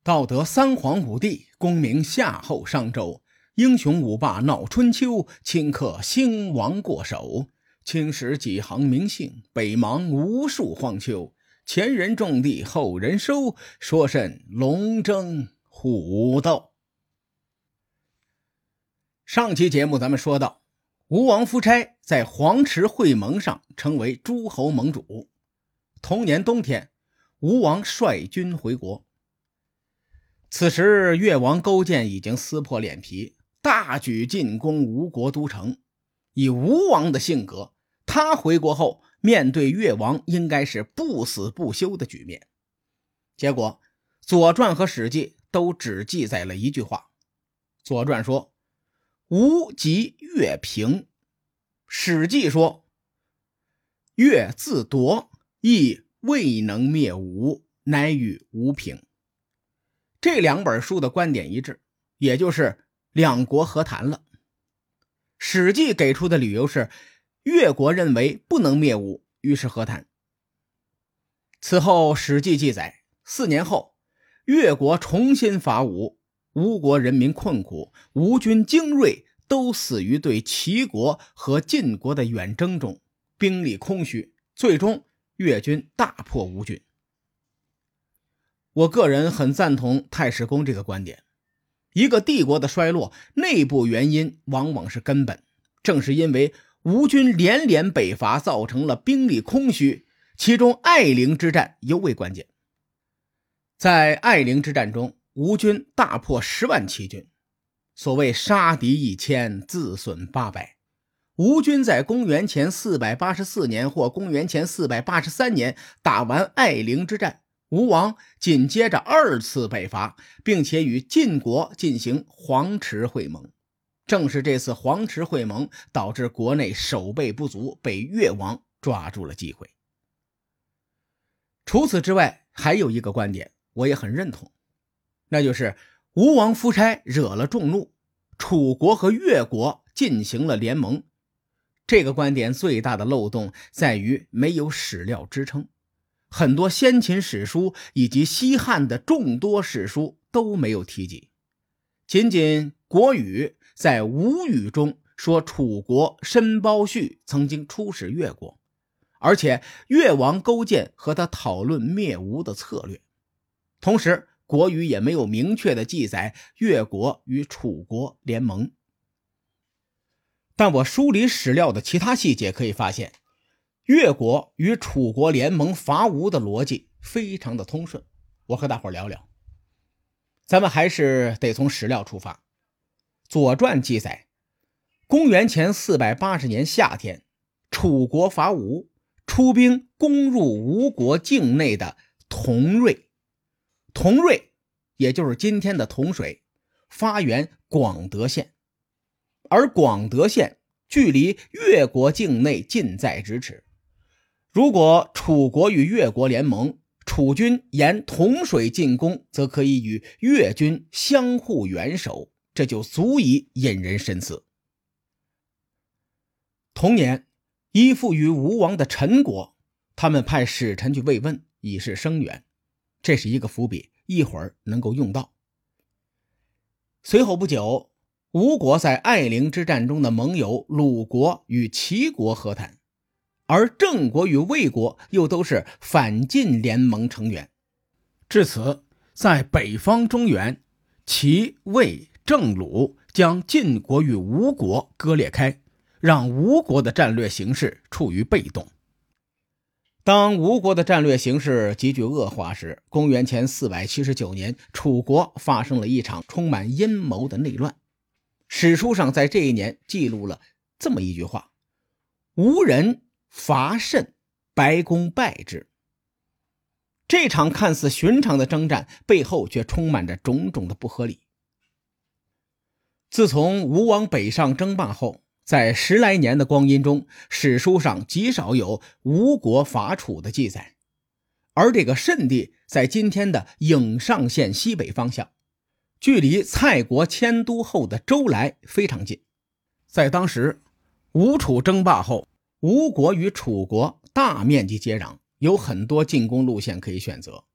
道德三皇五帝，功名夏后商周。英雄五霸闹春秋，顷刻兴亡过手。青史几行名姓，北邙无数荒丘。前人种地，后人收，说甚龙争虎斗。上期节目咱们说到，吴王夫差在黄池会盟上成为诸侯盟主。同年冬天，吴王率军回国。此时越王勾践已经撕破脸皮，大举进攻吴国都城。以吴王的性格，他回国后面对越王应该是不死不休的局面。结果左传和史记都只记载了一句话。左传说吴及越平，史记说越自夺，亦未能灭吴，乃与吴平。这两本书的观点一致，也就是两国和谈了。史记给出的理由是越国认为不能灭吴，于是和谈。此后史记记载，4年后越国重新伐吴，吴国人民困苦，吴军精锐都死于对齐国和晋国的远征中，兵力空虚，最终越军大破吴军。我个人很赞同太史公这个观点，一个帝国的衰落，内部原因往往是根本，正是因为吴军连连北伐造成了兵力空虚，其中艾陵之战尤为关键。在艾陵之战中，吴军大破10万齐军，所谓杀敌1000，自损800。吴军在公元前484年或公元前483年打完艾陵之战，吴王紧接着2次北伐，并且与晋国进行黄池会盟。正是这次黄池会盟导致国内守备不足，被越王抓住了机会。除此之外，还有一个观点我也很认同，那就是吴王夫差惹了众怒，楚国和越国进行了联盟。这个观点最大的漏洞在于没有史料支撑，很多先秦史书以及西汉的众多史书都没有提及。仅仅国语在吴语中说楚国申包胥曾经出使越国，而且越王勾践和他讨论灭吴的策略。同时国语也没有明确的记载越国与楚国联盟。但我梳理史料的其他细节可以发现，越国与楚国联盟伐吴的逻辑非常的通顺，我和大伙聊聊。咱们还是得从史料出发。左传记载，公元前480年夏天，楚国伐吴，出兵攻入吴国境内的同瑞。同瑞也就是今天的同水，发源广德县，而广德县距离越国境内近在咫尺。如果楚国与越国联盟，楚军沿同水进攻，则可以与越军相互援守，这就足以引人深思。同年，依附于吴王的陈国，他们派使臣去慰问，以示声援，这是一个伏笔，一会儿能够用到。随后不久，吴国在艾陵之战中的盟友鲁国与齐国和谈，而郑国与魏国又都是反晋联盟成员。至此，在北方中原，齐、魏、郑、鲁将晋国与吴国割裂开，让吴国的战略形势处于被动。当吴国的战略形势急剧恶化时，公元前479年，楚国发生了一场充满阴谋的内乱。史书上在这一年记录了这么一句话：吴人伐慎，白公败之。这场看似寻常的征战背后却充满着种种的不合理。自从吴王北上争霸后，在10来年的光阴中，史书上极少有吴国伐楚的记载，而这个慎地在今天的颍上县西北方向，距离蔡国迁都后的周来非常近。在当时吴楚争霸后，吴国与楚国大面积接壤，有很多进攻路线可以选择，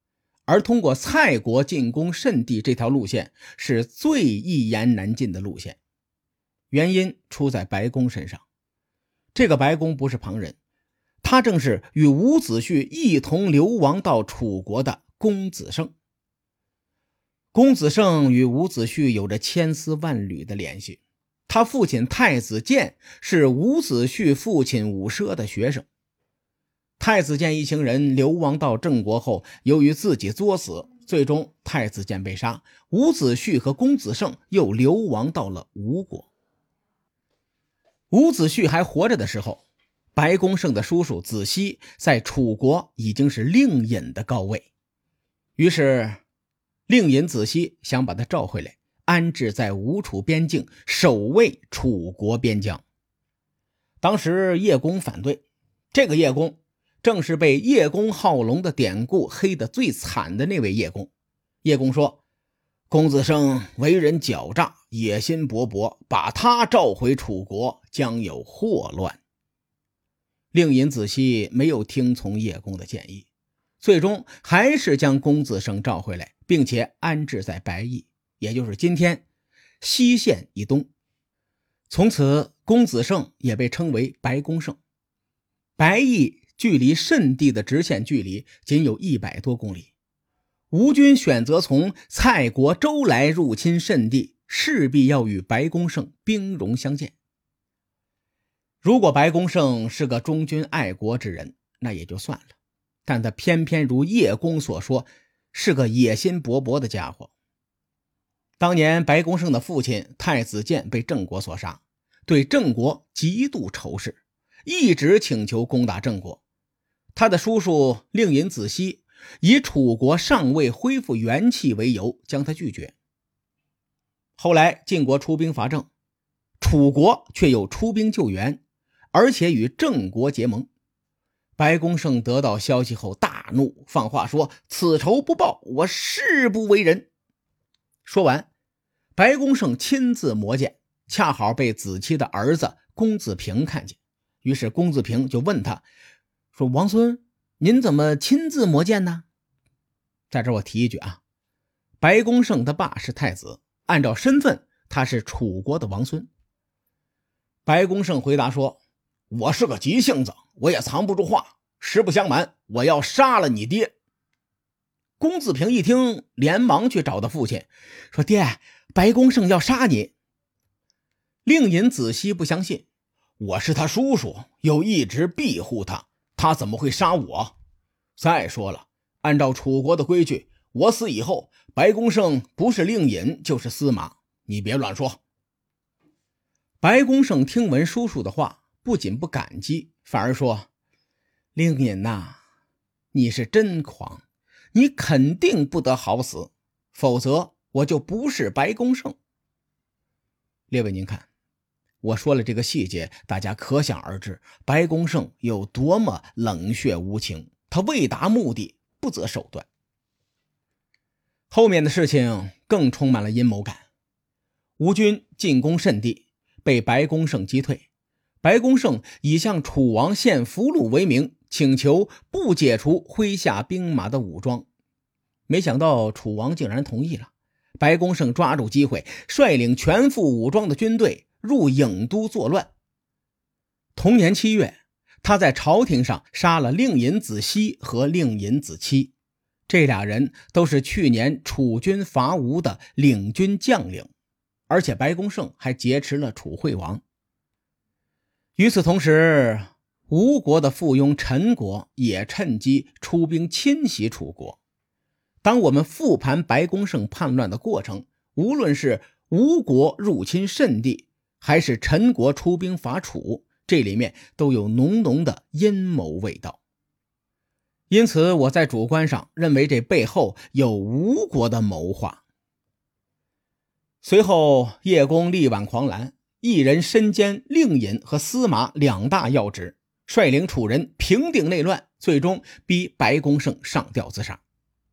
而通过蔡国进攻圣地这条路线是最一言难尽的路线。原因出在白公身上。这个白公不是旁人，他正是与伍子胥一同流亡到楚国的公子胜。公子胜与伍子胥有着千丝万缕的联系，他父亲太子建是伍子胥父亲伍奢的学生。太子建一行人流亡到郑国后，由于自己作死，最终太子建被杀，伍子胥和公子胜又流亡到了吴国。伍子胥还活着的时候，白公胜的叔叔子西在楚国已经是令尹的高位，于是令尹子西想把他召回来，安置在吴楚边境，守卫楚国边疆。当时叶公反对，这个叶公正是被叶公好龙的典故黑得最惨的那位叶公。叶公说，公子胜为人狡诈，野心勃勃，把他召回楚国将有祸乱。令尹子西没有听从叶公的建议，最终还是将公子胜召回来，并且安置在白邑，也就是今天西县以东。从此公子胜也被称为白公胜。白邑距离圣地的直线距离仅有100多公里，吴军选择从蔡国周来入侵圣地，势必要与白公胜兵戎相见。如果白公胜是个忠君爱国之人，那也就算了，但他偏偏如叶公所说，是个野心勃勃的家伙。当年白公胜的父亲太子建被郑国所杀，对郑国极度仇视，一直请求攻打郑国。他的叔叔令尹子西以楚国尚未恢复元气为由将他拒绝。后来晋国出兵伐郑，楚国却又出兵救援，而且与郑国结盟。白公胜得到消息后大怒，放话说，此仇不报，我誓不为人。说完，白公胜亲自磨剑，恰好被子期的儿子公子平看见，于是公子平就问他说，王孙，您怎么亲自磨剑呢？在这我提一句啊，白公胜他爸是太子，按照身份他是楚国的王孙。白公胜回答说，我是个急性子，我也藏不住话，实不相瞒，我要杀了你爹。公子平一听，连忙去找他父亲，说，爹，白公胜要杀你。令尹子西不相信，我是他叔叔，又一直庇护他，他怎么会杀我？再说了，按照楚国的规矩，我死以后，白公胜不是令尹就是司马，你别乱说。白公胜听闻叔叔的话，不仅不感激，反而说，令尹呐，你是真狂，你肯定不得好死，否则我就不是白公胜。列位您看，我说了这个细节，大家可想而知，白公胜有多么冷血无情，他为达目的不择手段。后面的事情更充满了阴谋感。吴军进攻圣地，被白公胜击退，白公胜以向楚王献俘虏为名，请求不解除麾下兵马的武装。没想到楚王竟然同意了，白公胜抓住机会，率领全副武装的军队入郢都作乱。同年7月，他在朝廷上杀了令尹子西和令尹子期，这俩人都是去年楚军伐吴的领军将领，而且白公胜还劫持了楚惠王。与此同时，吴国的附庸陈国也趁机出兵侵袭楚国。当我们复盘白公胜叛乱的过程，无论是吴国入侵圣地，还是陈国出兵伐楚，这里面都有浓浓的阴谋味道。因此我在主观上认为这背后有吴国的谋划。随后叶公力挽狂澜，一人身兼令尹和司马2大要职，率领楚人平定内乱，最终逼白公胜上吊自杀。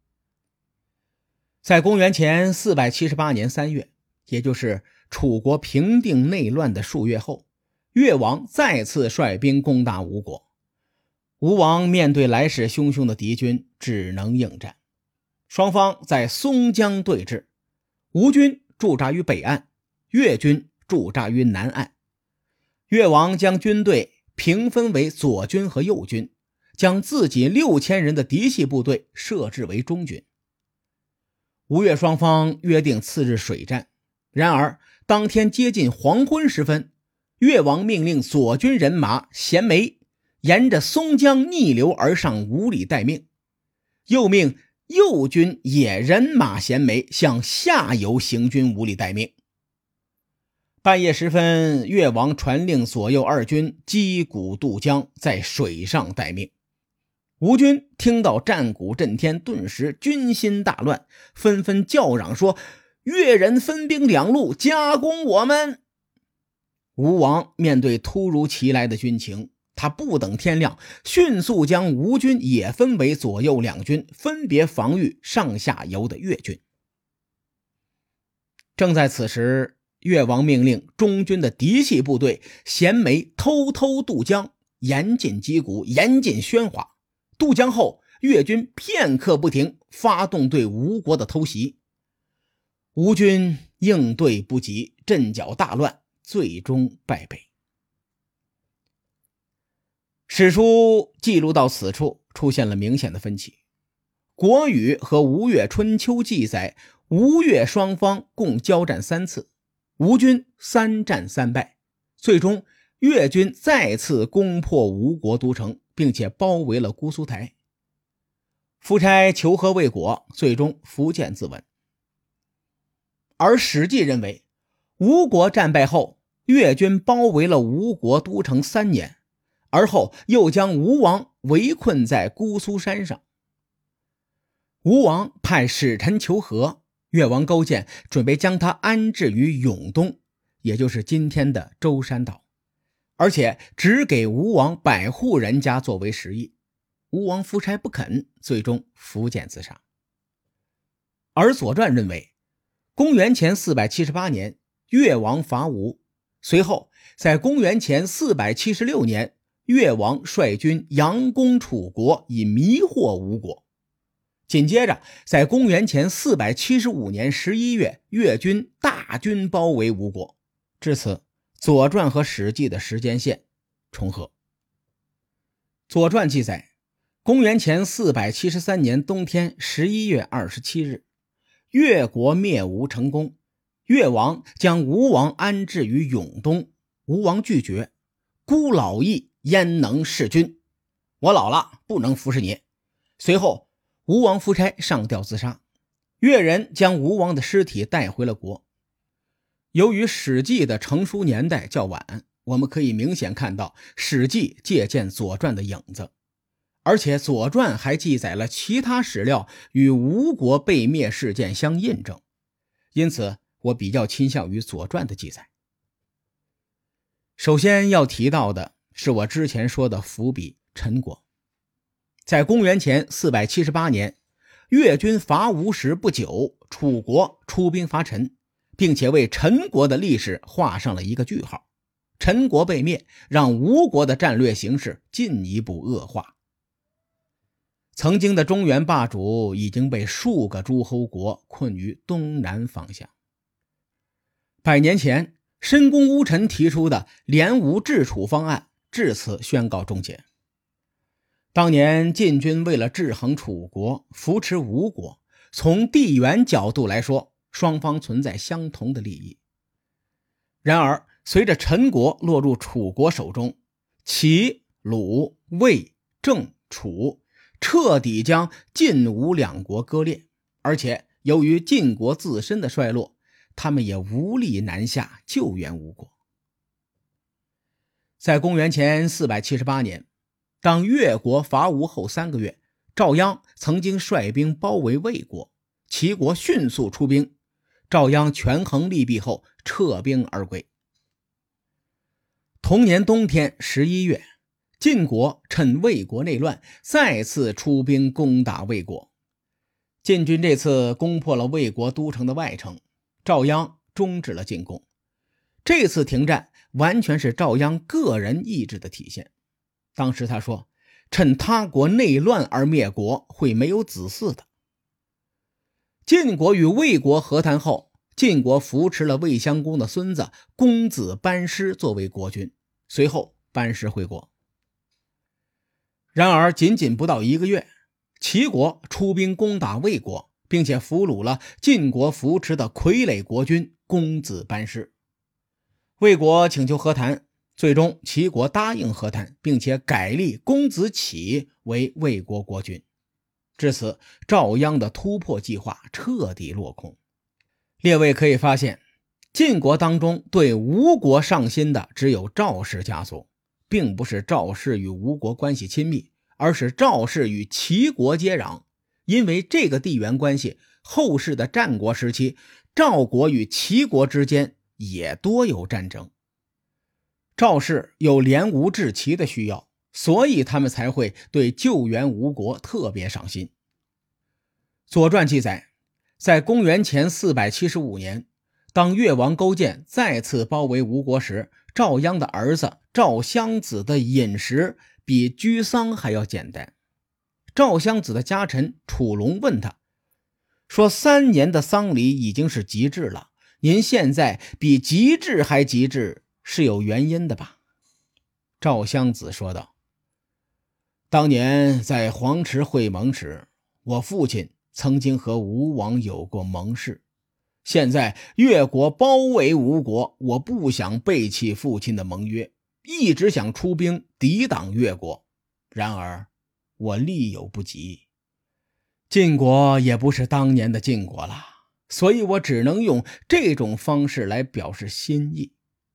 在公元前478年3月，也就是楚国平定内乱的数月后，越王再次率兵攻打吴国。吴王面对来势汹汹的敌军，只能应战。 双方在松江对峙，吴军驻扎于北岸，越军驻扎于南岸。越王将军队平分为左军和右军，将自己6000人的嫡系部队设置为中军。吴越双方约定次日水战，然而当天接近黄昏时分，越王命令左军人马衔枚沿着松江逆流而上5里待命，又命右军也人马衔枚向下游行军5里待命。半夜时分，越王传令左右二军击鼓渡江，在水上待命。吴军听到战鼓震天，顿时军心大乱，纷纷叫嚷说：越人分兵2路，夹攻我们！吴王面对突如其来的军情，他不等天亮，迅速将吴军也分为左右2军，分别防御上下游的越军。正在此时，越王命令中军的嫡系部队衔枚偷偷渡江，严禁击鼓，严禁喧哗。渡江后，越军片刻不停，发动对吴国的偷袭。吴军应对不及，阵脚大乱，最终败北。史书记录到此处出现了明显的分歧。国语和吴越春秋记载，吴越双方共交战3次，吴军3战3败，最终越军再次攻破吴国都城，并且包围了姑苏台。夫差求和未果，最终伏剑自刎。而史记认为，吴国战败后，越军包围了吴国都城3年，而后又将吴王围困在姑苏山上。吴王派使臣求和，越王勾践准备将他安置于永东，也就是今天的舟山岛，而且只给吴王100户人家作为食役。吴王夫差不肯，最终伏剑自杀。而《左传》认为，公元前478年，越王伐吴，随后在公元前476年，越王率军佯攻楚国，以迷惑吴国。紧接着，在公元前475年11月，越军大军包围吴国。至此，《左传》和《史记》的时间线重合。《左传》记载，公元前473年冬天11月27日，越国灭吴成功，越王将吴王安置于永东。吴王拒绝，孤老矣，焉能弑君？我老了，不能服侍你。随后，吴王夫差上吊自杀，越人将吴王的尸体带回了国。由于《史记》的成书年代较晚，我们可以明显看到《史记》借鉴《左传》的影子，而且《左传》还记载了其他史料与吴国被灭事件相印证，因此我比较倾向于《左传》的记载。首先要提到的是我之前说的伏笔陈国。在公元前478年，越军伐吴时不久，楚国出兵伐陈，并且为陈国的历史画上了一个句号。陈国被灭，让吴国的战略形势进一步恶化。曾经的中原霸主已经被数个诸侯国困于东南方向。100年前，申公乌臣提出的联吴制楚方案至此宣告终结。当年晋军为了制衡楚国，扶持吴国，从地缘角度来说，双方存在相同的利益。然而，随着陈国落入楚国手中，齐、鲁、魏、郑、楚彻底将晋吴2国割裂，而且由于晋国自身的衰落，他们也无力南下救援吴国。在公元前478年，当越国伐吴后3个月，赵鞅曾经率兵包围魏国，齐国迅速出兵，赵鞅权衡利弊后撤兵而归。同年冬天11月，晋国趁魏国内乱，再次出兵攻打魏国。晋军这次攻破了魏国都城的外城，赵鞅终止了进攻。这次停战完全是赵鞅个人意志的体现。当时他说，趁他国内乱而灭国，会没有子嗣的。 晋国与魏国和谈后，晋国扶持了魏襄公的孙子公子班师作为国君，随后班师回国。然而仅仅不到1个月，齐国出兵攻打魏国，并且俘虏了晋国扶持的傀儡国君公子班师。魏国请求和谈，最终齐国答应和谈，并且改立公子启为魏国国君。至此，赵鞅的突破计划彻底落空。列位可以发现，晋国当中对吴国上心的只有赵氏家族，并不是赵氏与吴国关系亲密，而是赵氏与齐国接壤。因为这个地缘关系，后世的战国时期，赵国与齐国之间也多有战争。赵氏有联吴制齐的需要，所以他们才会对救援吴国特别上心。左传记载，在公元前475年，当越王勾践再次包围吴国时，赵鞅的儿子赵襄子的饮食比居丧还要简单。赵襄子的家臣楚龙问他说，3年的丧礼已经是极致了，您现在比极致还极致，是有原因的吧？赵襄子说道，当年在黄池会盟时，我父亲曾经和吴王有过盟誓，现在越国包围吴国，我不想背弃父亲的盟约，一直想出兵抵挡越国，然而我力有不及，晋国也不是当年的晋国了，所以我只能用这种方式来表示心意。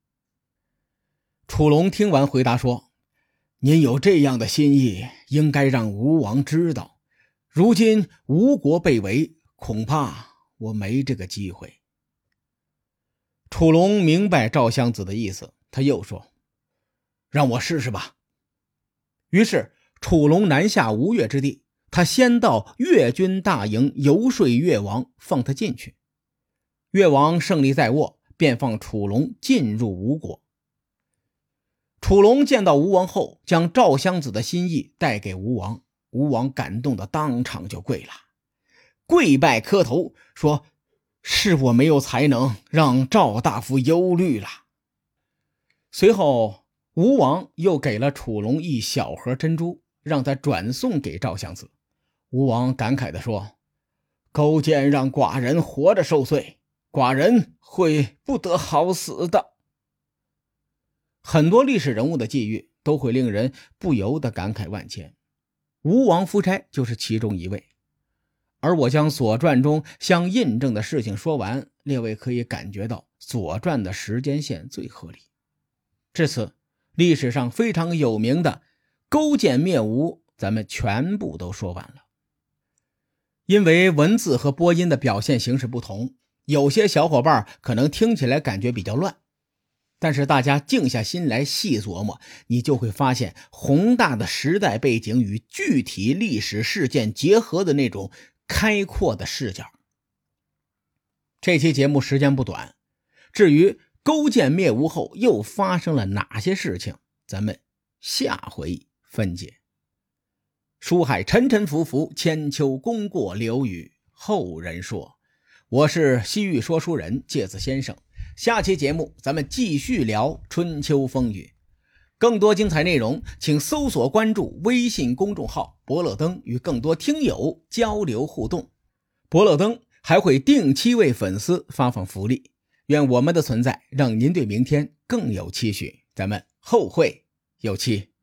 楚龙听完回答说，您有这样的心意，应该让吴王知道，如今吴国被围，恐怕我没这个机会。楚龙明白赵襄子的意思，他又说，让我试试吧。于是楚龙南下吴越之地，他先到越军大营游说越王放他进去。越王胜利在握，便放楚龙进入吴国。楚龙见到吴王后，将赵襄子的心意带给吴王，吴王感动的当场就跪了，跪拜磕头说，是我没有才能，让赵大夫忧虑了。随后吴王又给了楚龙一小盒珍珠，让他转送给赵襄子。吴王感慨地说，勾践让寡人活着受罪，寡人会不得好死的。很多历史人物的际遇都会令人不由得感慨万千，吴王夫差就是其中一位。而我将左传中相印证的事情说完，列位可以感觉到左传的时间线最合理。至此，历史上非常有名的勾践灭吴，咱们全部都说完了。因为文字和播音的表现形式不同，有些小伙伴可能听起来感觉比较乱，但是大家静下心来细琢磨，你就会发现宏大的时代背景与具体历史事件结合的那种开阔的视角。这期节目时间不短，至于勾践灭吴后又发生了哪些事情，咱们下回分解。书海沉沉浮浮，千秋功过留与后人说。我是西域说书人介子先生，下期节目咱们继续聊春秋风雨。更多精彩内容请搜索关注微信公众号伯乐灯，与更多听友交流互动。伯乐灯还会定期为粉丝发放福利，愿我们的存在让您对明天更有期许，咱们后会有期。